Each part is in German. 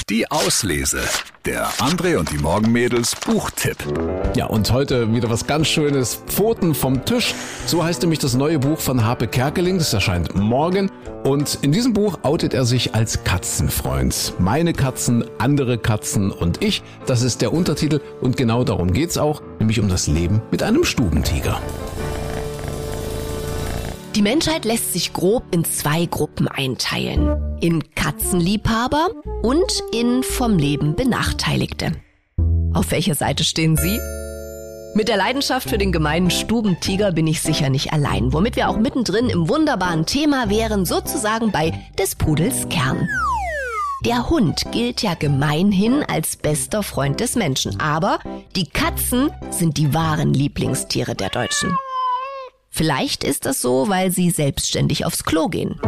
Die Auslese. Der André und die Morgenmädels Buchtipp. Ja, und heute wieder was ganz Schönes. Pfoten vom Tisch. So heißt nämlich das neue Buch von Harpe Kerkeling. Das erscheint morgen. Und in diesem Buch outet er sich als Katzenfreund. Meine Katzen, andere Katzen und ich. Das ist der Untertitel. Und genau darum geht's auch. Nämlich um das Leben mit einem Stubentiger. Die Menschheit lässt sich grob in 2 Gruppen einteilen. In Katzenliebhaber und in vom Leben Benachteiligte. Auf welcher Seite stehen Sie? Mit der Leidenschaft für den gemeinen Stubentiger bin ich sicher nicht allein, womit wir auch mittendrin im wunderbaren Thema wären, sozusagen bei des Pudels Kern. Der Hund gilt ja gemeinhin als bester Freund des Menschen, aber die Katzen sind die wahren Lieblingstiere der Deutschen. Vielleicht ist das so, weil sie selbstständig aufs Klo gehen.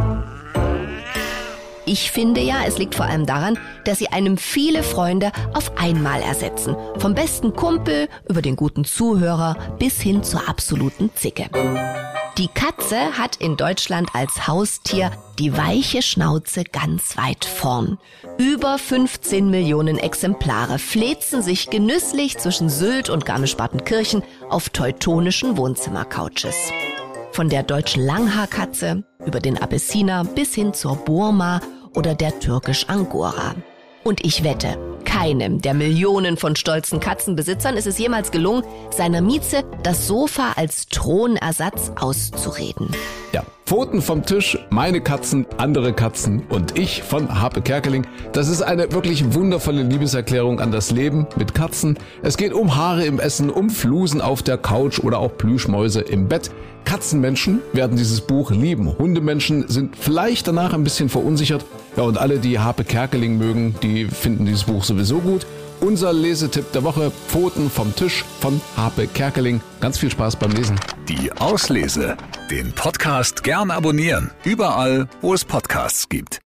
Ich finde ja, es liegt vor allem daran, dass sie einem viele Freunde auf einmal ersetzen. Vom besten Kumpel über den guten Zuhörer bis hin zur absoluten Zicke. Die Katze hat in Deutschland als Haustier die weiche Schnauze ganz weit vorn. Über 15 Millionen Exemplare flezen sich genüsslich zwischen Sylt und Garmisch-Partenkirchen auf teutonischen Wohnzimmercouches. Von der deutschen Langhaarkatze über den Abessiner bis hin zur Burma oder der türkisch-Angora. Und ich wette, keinem der Millionen von stolzen Katzenbesitzern ist es jemals gelungen, seiner Mieze das Sofa als Thronersatz auszureden. Ja, Pfoten vom Tisch, meine Katzen, andere Katzen und ich von Harpe Kerkeling. Das ist eine wirklich wundervolle Liebeserklärung an das Leben mit Katzen. Es geht um Haare im Essen, um Flusen auf der Couch oder auch Plüschmäuse im Bett. Katzenmenschen werden dieses Buch lieben. Hundemenschen sind vielleicht danach ein bisschen verunsichert. Ja, und alle, die Harpe Kerkeling mögen, die finden dieses Buch sowieso gut. Unser Lesetipp der Woche, Pfoten vom Tisch von Harpe Kerkeling. Ganz viel Spaß beim Lesen. Die Auslese. Den Podcast gern abonnieren. Überall, wo es Podcasts gibt.